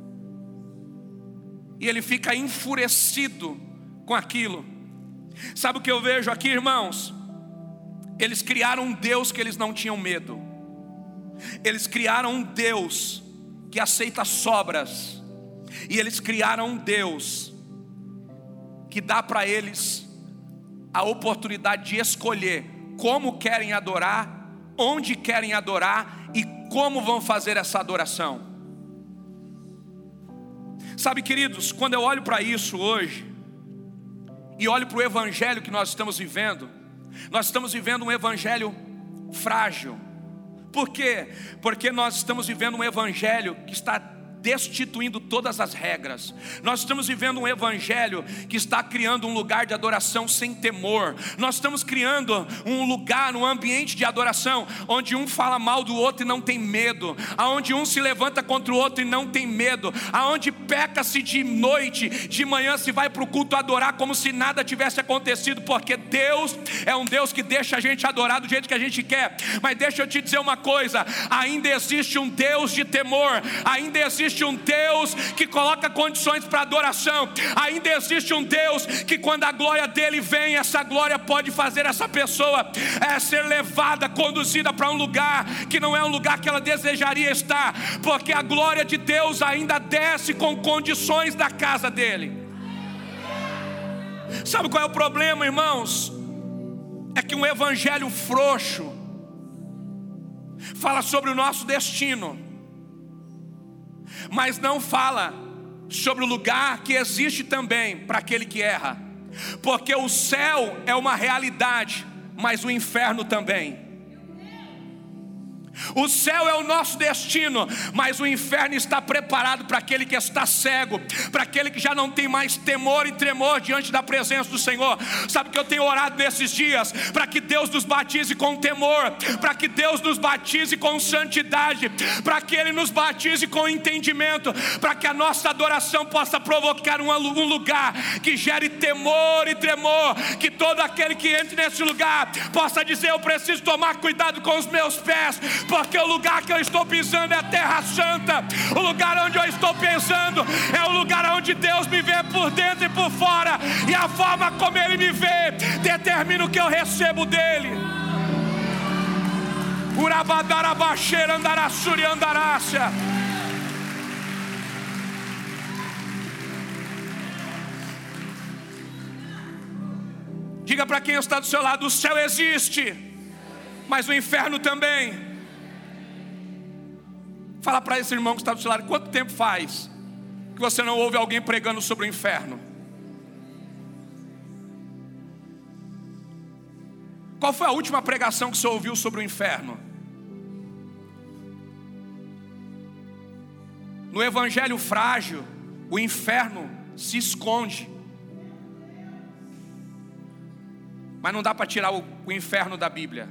E ele fica enfurecido com aquilo. Sabe o que eu vejo aqui, irmãos? Eles criaram um Deus que eles não tinham medo. Eles criaram um Deus que aceita sobras. E eles criaram um Deus que dá para eles a oportunidade de escolher como querem adorar, onde querem adorar e como vão fazer essa adoração. Sabe, queridos, quando eu olho para isso hoje e olho para o evangelho que nós estamos vivendo, nós estamos vivendo um evangelho frágil. Por quê? Porque nós estamos vivendo um evangelho que está destituindo todas as regras. Nós estamos vivendo um evangelho que está criando um lugar de adoração sem temor. Nós estamos criando um lugar, um ambiente de adoração onde um fala mal do outro e não tem medo, aonde um se levanta contra o outro e não tem medo, aonde peca-se de noite, de manhã se vai para o culto adorar como se nada tivesse acontecido, porque Deus é um Deus que deixa a gente adorar do jeito que a gente quer. Mas deixa eu te dizer uma coisa: ainda existe um Deus de temor, ainda existe um Deus que coloca condições para adoração, ainda existe um Deus que quando a glória dele vem, essa glória pode fazer essa pessoa é, ser levada, conduzida para um lugar que não é um lugar que ela desejaria estar, porque a glória de Deus ainda desce com condições da casa dele. Sabe qual é o problema, irmãos? É que um evangelho frouxo fala sobre o nosso destino, mas não fala sobre o lugar que existe também para aquele que erra. Porque o céu é uma realidade, mas o inferno também. O céu é o nosso destino, mas o inferno está preparado para aquele que está cego, para aquele que já não tem mais temor e tremor diante da presença do Senhor. Sabe que eu tenho orado nesses dias para que Deus nos batize com temor, para que Deus nos batize com santidade, para que Ele nos batize com entendimento, para que a nossa adoração possa provocar um, um lugar que gere temor e tremor, que todo aquele que entre nesse lugar possa dizer: eu preciso tomar cuidado com os meus pés, porque o lugar que eu estou pisando é a terra santa. O lugar onde eu estou pisando é o lugar onde Deus me vê por dentro e por fora, e a forma como Ele me vê determina o que eu recebo dEle. Urabadarabaxeira andarassuri andarácia. Diga para quem está do seu lado: o céu existe, mas o inferno também. Fala para esse irmão que está do seu lado: quanto tempo faz que você não ouve alguém pregando sobre o inferno? Qual foi a última pregação que você ouviu sobre o inferno? No evangelho frágil, o inferno se esconde. Mas não dá para tirar o, o inferno da Bíblia,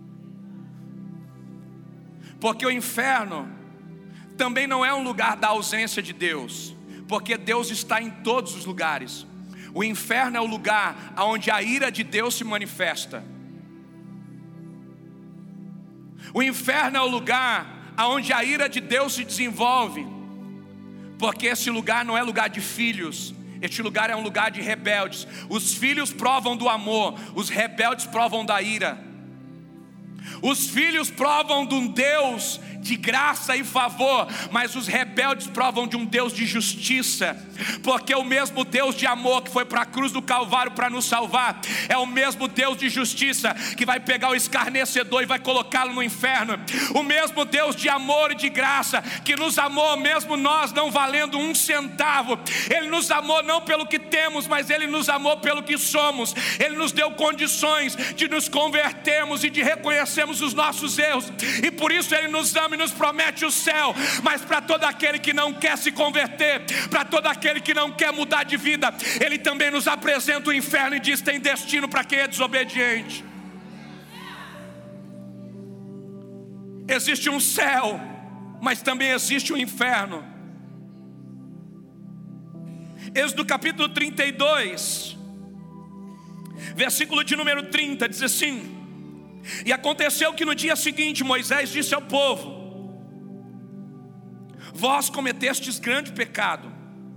porque o inferno também não é um lugar da ausência de Deus, porque Deus está em todos os lugares. O inferno é o lugar onde a ira de Deus se manifesta. O inferno é o lugar aonde a ira de Deus se desenvolve, porque esse lugar não é lugar de filhos, este lugar é um lugar de rebeldes. Os filhos provam do amor, os rebeldes provam da ira. Os filhos provam de um Deus de graça e favor, mas os rebeldes provam de um Deus de justiça, porque o mesmo Deus de amor que foi para a cruz do Calvário para nos salvar, é o mesmo Deus de justiça que vai pegar o escarnecedor e vai colocá-lo no inferno. O mesmo Deus de amor e de graça que nos amou mesmo nós não valendo um centavo. Ele nos amou não pelo que temos, mas Ele nos amou pelo que somos. Ele nos deu condições de nos convertermos e de reconhecermos os nossos erros, e por isso Ele nos ama e nos promete o céu. Mas para todo aquele que não quer se converter, para todo aquele que não quer mudar de vida, Ele também nos apresenta o inferno e diz: tem destino para quem é desobediente. Existe um céu, mas também existe um inferno. Êxodo capítulo trinta e dois, versículo de número trinta, diz assim: e aconteceu que no dia seguinte Moisés disse ao povo: vós cometestes grande pecado.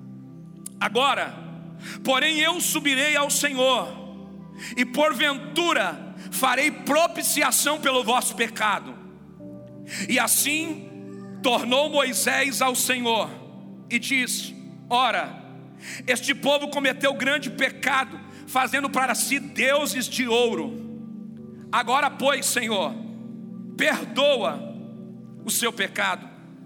Agora, porém, eu subirei ao Senhor, e porventura farei propiciação pelo vosso pecado. E assim tornou Moisés ao Senhor e disse: ora, este povo cometeu grande pecado, fazendo para si deuses de ouro. Agora, pois, Senhor, perdoa o seu pecado,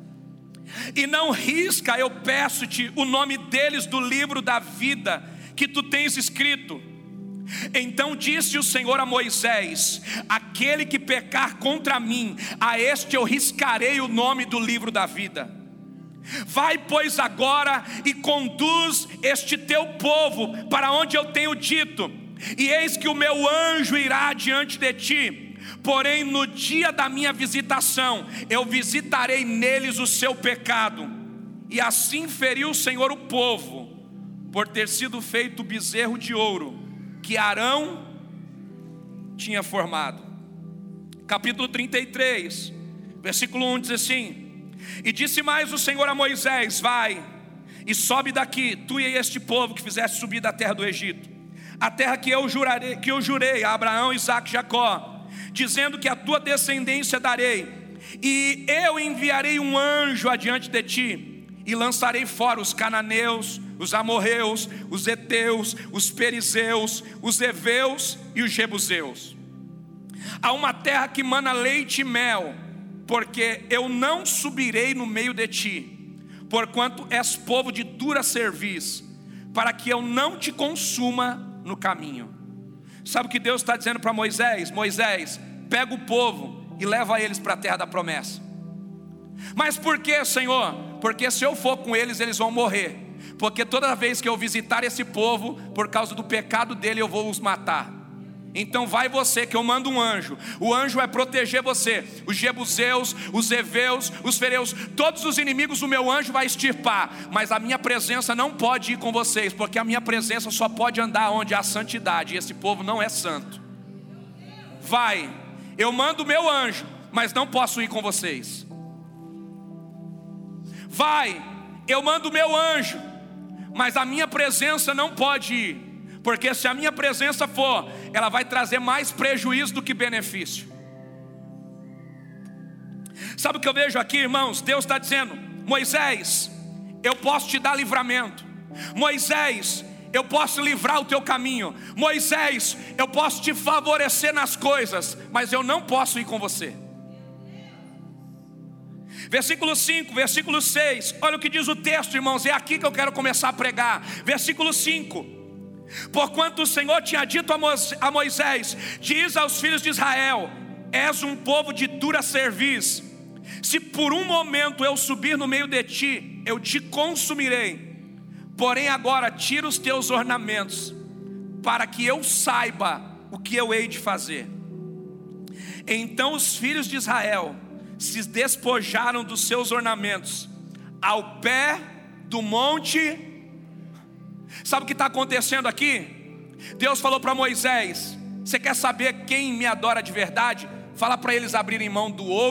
e não risca, eu peço-te, o nome deles do livro da vida que tu tens escrito. Então disse o Senhor a Moisés: aquele que pecar contra mim, a este eu riscarei o nome do livro da vida. Vai, pois, agora e conduz este teu povo para onde eu tenho dito, e eis que o meu anjo irá diante de ti. Porém, no dia da minha visitação, eu visitarei neles o seu pecado. E assim feriu o Senhor o povo, por ter sido feito o bezerro de ouro que Arão tinha formado. Capítulo trinta e três, versículo um diz assim: e disse mais o Senhor a Moisés: vai e sobe daqui, tu e este povo que fizeste subir da terra do Egito, a terra que eu jurarei, que eu jurei a Abraão, Isaque e Jacó, dizendo que a tua descendência darei, e eu enviarei um anjo adiante de ti, e lançarei fora os cananeus, os amorreus, os heteus, os perizeus, os heveus e os jebuseus. Há uma terra que mana leite e mel, porque eu não subirei no meio de ti, porquanto és povo de dura cerviz, para que eu não te consuma no caminho. Sabe o que Deus está dizendo para Moisés? Moisés, pega o povo e leva eles para a terra da promessa. Mas por que, Senhor? Porque se eu for com eles, eles vão morrer. Porque toda vez que eu visitar esse povo, por causa do pecado dele, eu vou os matar. Então vai você, que eu mando um anjo. O anjo vai proteger você. Os jebuseus, os heveus, os fereus, todos os inimigos o meu anjo vai extirpar. Mas a minha presença não pode ir com vocês, porque a minha presença só pode andar onde há santidade, e esse povo não é santo. Vai, eu mando o meu anjo, mas não posso ir com vocês. Vai, eu mando o meu anjo, mas a minha presença não pode ir, porque se a minha presença for, ela vai trazer mais prejuízo do que benefício. Sabe o que eu vejo aqui, irmãos? Deus está dizendo: Moisés, eu posso te dar livramento. Moisés, eu posso livrar o teu caminho. Moisés, eu posso te favorecer nas coisas, mas eu não posso ir com você. Versículo cinco, versículo seis, olha o que diz o texto, irmãos. É aqui que eu quero começar a pregar. Versículo cinco: porquanto o Senhor tinha dito a Moisés: diz aos filhos de Israel: és um povo de dura cerviz. Se por um momento eu subir no meio de ti, eu te consumirei. Porém agora tira os teus ornamentos, para que eu saiba o que eu hei de fazer. Então os filhos de Israel se despojaram dos seus ornamentos ao pé do monte. Sabe o que está acontecendo aqui? Deus falou para Moisés: você quer saber quem me adora de verdade? Fala para eles abrirem mão do ouro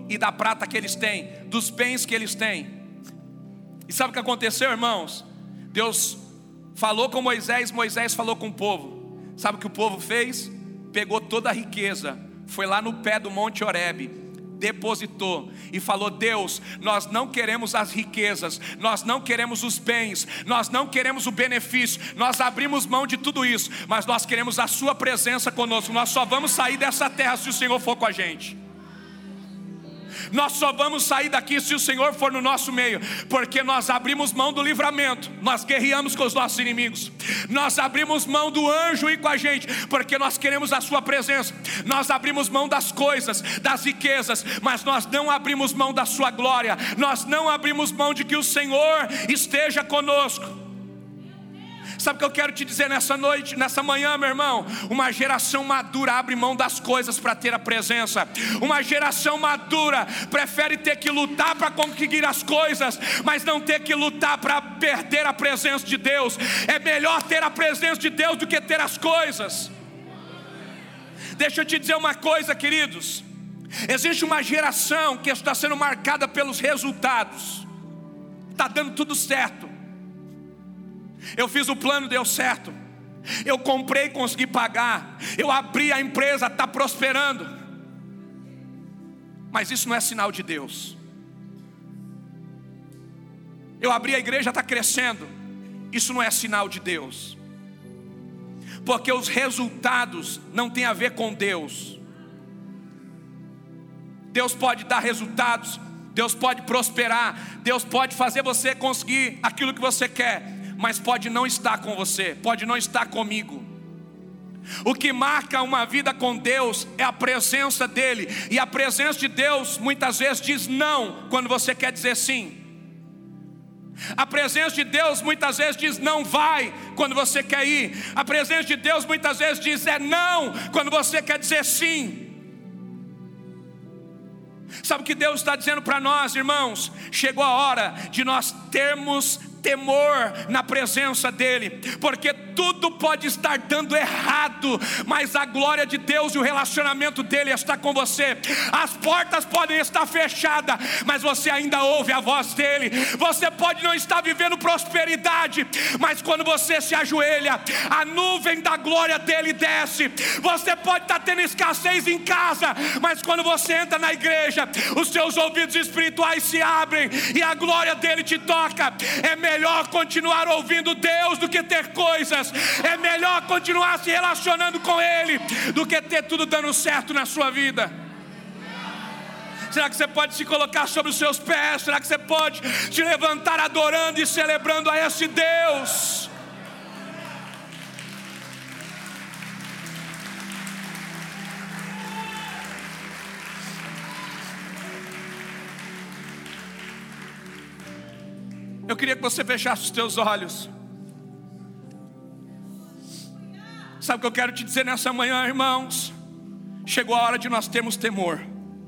e da prata que eles têm, dos bens que eles têm. E sabe o que aconteceu, irmãos? Deus falou com Moisés, Moisés falou com o povo. Sabe o que o povo fez? Pegou toda a riqueza, foi lá no pé do Monte Horebe, depositou e falou: Deus, nós não queremos as riquezas, nós não queremos os bens, nós não queremos o benefício, nós abrimos mão de tudo isso, mas nós queremos a sua presença conosco. Nós só vamos sair dessa terra se o Senhor for com a gente. Nós só vamos sair daqui se o Senhor for no nosso meio, porque nós abrimos mão do livramento, nós guerreamos com os nossos inimigos. Nós abrimos mão do anjo ir com a gente, porque nós queremos a sua presença. Nós abrimos mão das coisas, das riquezas, mas nós não abrimos mão da sua glória. Nós não abrimos mão de que o Senhor esteja conosco. Sabe o que eu quero te dizer nessa noite, nessa manhã, meu irmão? Uma geração madura abre mão das coisas para ter a presença. Uma geração madura prefere ter que lutar para conseguir as coisas, mas não ter que lutar para perder a presença de Deus. É melhor ter a presença de Deus do que ter as coisas. Deixa eu te dizer uma coisa, queridos. Existe uma geração que está sendo marcada pelos resultados. Está dando tudo certo. Eu fiz o plano, deu certo. Eu comprei, consegui pagar. Eu abri a empresa, está prosperando. Mas isso não é sinal de Deus. Eu abri a igreja, está crescendo. Isso não é sinal de Deus. Porque os resultados não têm a ver com Deus. Deus pode dar resultados, Deus pode prosperar, Deus pode fazer você conseguir aquilo que você quer, mas pode não estar com você, pode não estar comigo. O que marca uma vida com Deus é a presença dEle. E a presença de Deus muitas vezes diz não quando você quer dizer sim. A presença de Deus muitas vezes diz não vai quando você quer ir. A presença de Deus muitas vezes diz é não quando você quer dizer sim. Sabe o que Deus está dizendo para nós, irmãos? Chegou a hora de nós termos temor na presença dEle, porque tudo pode estar dando errado, mas a glória de Deus e o relacionamento dEle está com você. As portas podem estar fechadas, mas você ainda ouve a voz dEle. Você pode não estar vivendo prosperidade, mas quando você se ajoelha, a nuvem da glória dEle desce. Você pode estar tendo escassez em casa, mas quando você entra na igreja, os seus ouvidos espirituais se abrem e a glória dEle te toca. É melhor melhor continuar ouvindo Deus do que ter coisas. É melhor continuar se relacionando com Ele do que ter tudo dando certo na sua vida. Será que você pode se colocar sobre os seus pés? Será que você pode se levantar adorando e celebrando a esse Deus? Eu queria que você fechasse os teus olhos. Sabe o que eu quero te dizer nessa manhã, irmãos? Chegou a hora de nós termos temor.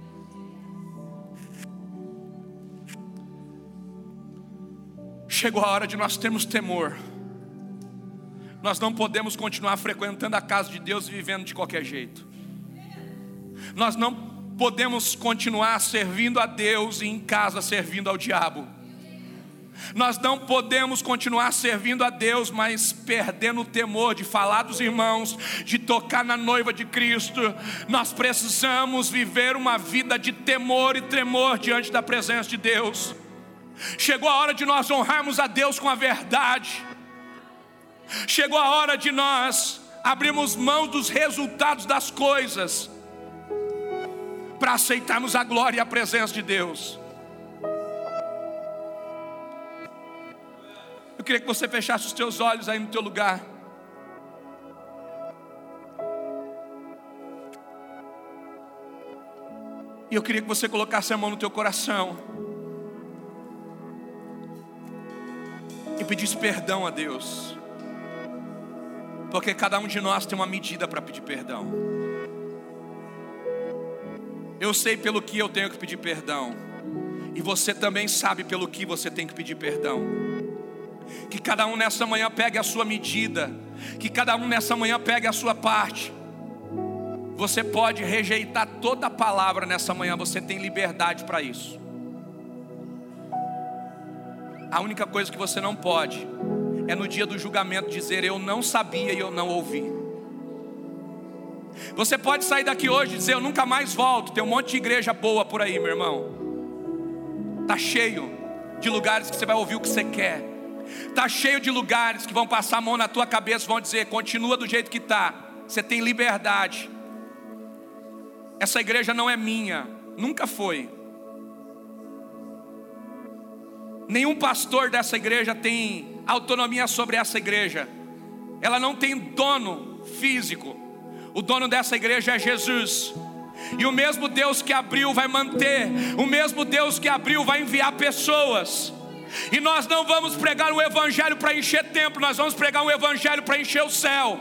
Chegou a hora de nós termos temor. Nós não podemos continuar frequentando a casa de Deus e vivendo de qualquer jeito. Nós não podemos continuar servindo a Deus e em casa servindo ao diabo. Nós não podemos continuar servindo a Deus, mas perdendo o temor de falar dos irmãos, de tocar na noiva de Cristo. Nós precisamos viver uma vida de temor e tremor diante da presença de Deus. Chegou a hora de nós honrarmos a Deus com a verdade. Chegou a hora de nós abrirmos mão dos resultados das coisas para aceitarmos a glória e a presença de Deus. Eu queria que você fechasse os teus olhos aí no teu lugar. E eu queria que você colocasse a mão no teu coração e pedisse perdão a Deus, porque cada um de nós tem uma medida para pedir perdão. Eu sei pelo que eu tenho que pedir perdão, e você também sabe pelo que você tem que pedir perdão. Que cada um nessa manhã pegue a sua medida, que cada um nessa manhã pegue a sua parte. Você pode rejeitar toda a palavra nessa manhã, você tem liberdade para isso. A única coisa que você não pode é no dia do julgamento dizer: eu não sabia e eu não ouvi. Você pode sair daqui hoje e dizer: eu nunca mais volto. Tem um monte de igreja boa por aí, meu irmão. Está cheio de lugares que você vai ouvir o que você quer. Está cheio de lugares que vão passar a mão na tua cabeça e vão dizer: continua do jeito que está. Você tem liberdade. Essa igreja não é minha, nunca foi. Nenhum pastor dessa igreja tem autonomia sobre essa igreja. Ela não tem dono físico. O dono dessa igreja é Jesus. E o mesmo Deus que abriu vai manter. O mesmo Deus que abriu vai enviar pessoas. E nós não vamos pregar um evangelho para encher templo. Nós vamos pregar um evangelho para encher o céu.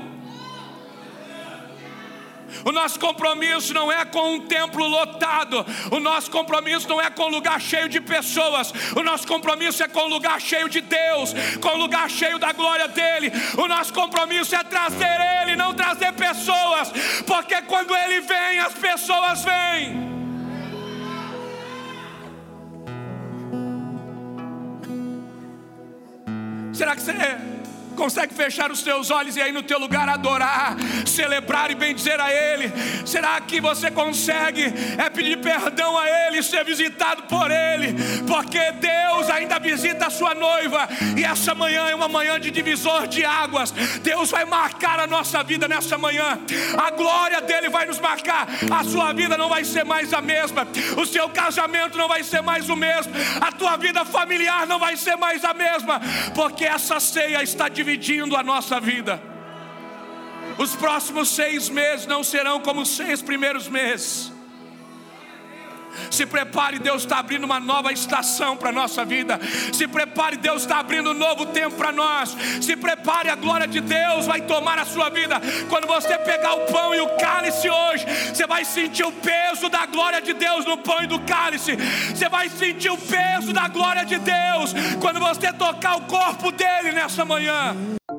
O nosso compromisso não é com um templo lotado. O nosso compromisso não é com um lugar cheio de pessoas. O nosso compromisso é com um lugar cheio de Deus, com um lugar cheio da glória dEle. O nosso compromisso é trazer Ele, não trazer pessoas, porque quando Ele vem, as pessoas vêm. Será que você consegue fechar os seus olhos e aí no teu lugar adorar, celebrar e bendizer a Ele? Será que você consegue é pedir perdão a Ele, ser visitado por Ele? Porque Deus ainda visita a sua noiva. E essa manhã é uma manhã de divisor de águas. Deus vai marcar a nossa vida nessa manhã. A glória dEle vai nos marcar. A sua vida não vai ser mais a mesma. O seu casamento não vai ser mais o mesmo. A tua vida familiar não vai ser mais a mesma. Porque essa ceia está dividindo dividindo a nossa vida. Os próximos seis meses não serão como os seis primeiros meses. Se prepare, Deus está abrindo uma nova estação para a nossa vida. Se prepare, Deus está abrindo um novo tempo para nós. Se prepare, a glória de Deus vai tomar a sua vida. Quando você pegar o pão e o cálice hoje, você vai sentir o peso da glória de Deus no pão e do cálice. Você vai sentir o peso da glória de Deus quando você tocar o corpo dele nessa manhã.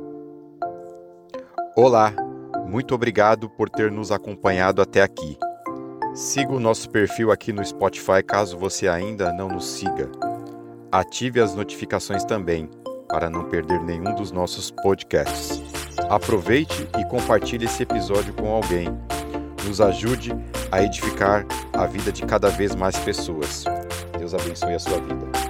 Olá, muito obrigado por ter nos acompanhado até aqui. Siga o nosso perfil aqui no Spotify caso você ainda não nos siga. Ative as notificações também, para não perder nenhum dos nossos podcasts. Aproveite e compartilhe esse episódio com alguém. Nos ajude a edificar a vida de cada vez mais pessoas. Deus abençoe a sua vida.